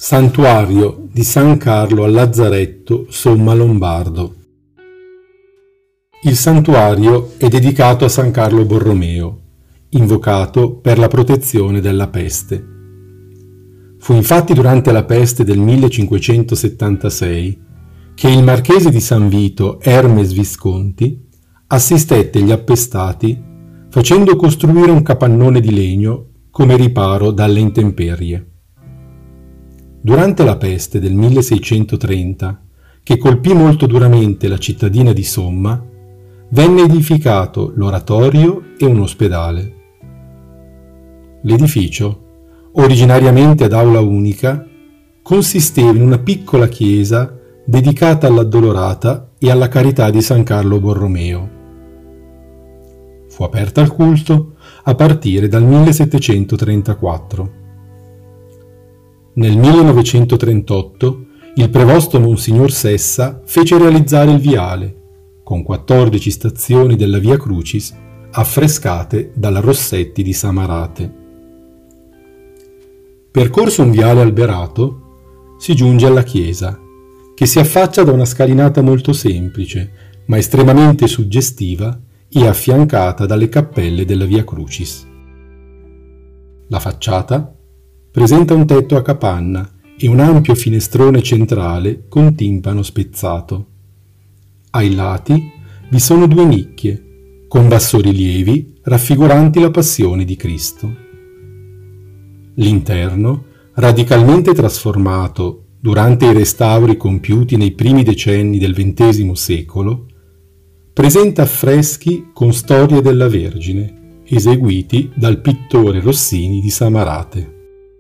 Santuario di San Carlo al Lazzaretto, Somma Lombardo. Il santuario è dedicato a San Carlo Borromeo, invocato per la protezione dalla peste. Fu infatti durante la peste del 1576 che il marchese di San Vito, Hermes Visconti, assistette gli appestati facendo costruire un capannone di legno come riparo dalle intemperie. Durante la peste del 1630, che colpì molto duramente la cittadina di Somma, venne edificato l'oratorio e un ospedale. L'edificio, originariamente ad aula unica, consisteva in una piccola chiesa dedicata all'Addolorata e alla carità di San Carlo Borromeo. Fu aperta al culto a partire dal 1734. Nel 1938 il prevosto Monsignor Sessa fece realizzare il viale, con 14 stazioni della Via Crucis affrescate dalla Rossetti di Samarate. Percorso un viale alberato, si giunge alla chiesa, che si affaccia da una scalinata molto semplice, ma estremamente suggestiva e affiancata dalle cappelle della Via Crucis. La facciata presenta un tetto a capanna e un ampio finestrone centrale con timpano spezzato. Ai lati vi sono due nicchie, con bassorilievi raffiguranti la passione di Cristo. L'interno, radicalmente trasformato durante i restauri compiuti nei primi decenni del XX secolo, presenta affreschi con storie della Vergine, eseguiti dal pittore Rossini di Samarate.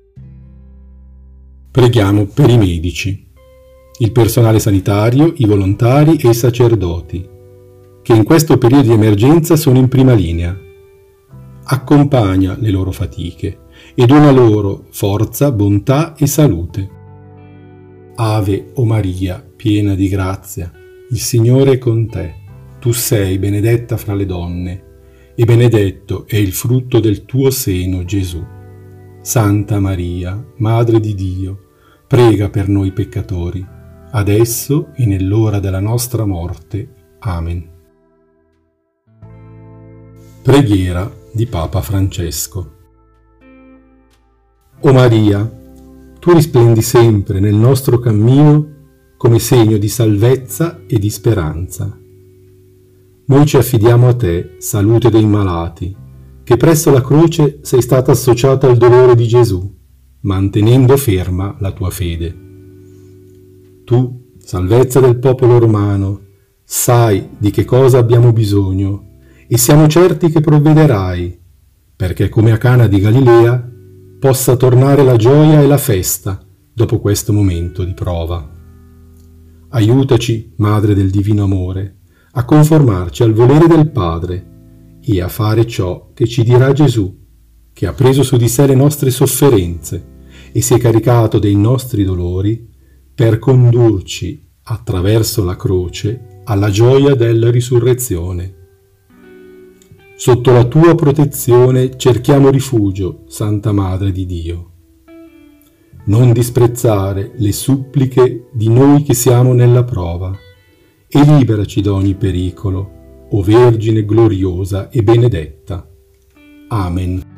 Preghiamo per i medici, il personale sanitario, i volontari e i sacerdoti, che in questo periodo di emergenza sono in prima linea. Accompagna le loro fatiche e dona loro forza, bontà e salute. Ave o Maria, piena di grazia, il Signore è con te. Tu sei benedetta fra le donne, e benedetto è il frutto del tuo seno, Gesù. Santa Maria, Madre di Dio, prega per noi peccatori, adesso e nell'ora della nostra morte. Amen. Preghiera di Papa Francesco. O Maria, tu risplendi sempre nel nostro cammino come segno di salvezza e di speranza. Noi ci affidiamo a te, salute dei malati, che presso la croce sei stata associata al dolore di Gesù, mantenendo ferma la tua fede. Tu, salvezza del popolo romano, sai di che cosa abbiamo bisogno e siamo certi che provvederai, perché come a Cana di Galilea possa tornare la gioia e la festa dopo questo momento di prova. Aiutaci, Madre del Divino Amore, a conformarci al volere del Padre e a fare ciò che ci dirà Gesù, che ha preso su di sé le nostre sofferenze e si è caricato dei nostri dolori per condurci attraverso la croce alla gioia della risurrezione. Sotto la tua protezione cerchiamo rifugio, Santa Madre di Dio. Non disprezzare le suppliche di noi che siamo nella prova e liberaci da ogni pericolo, o Vergine gloriosa e benedetta. Amen.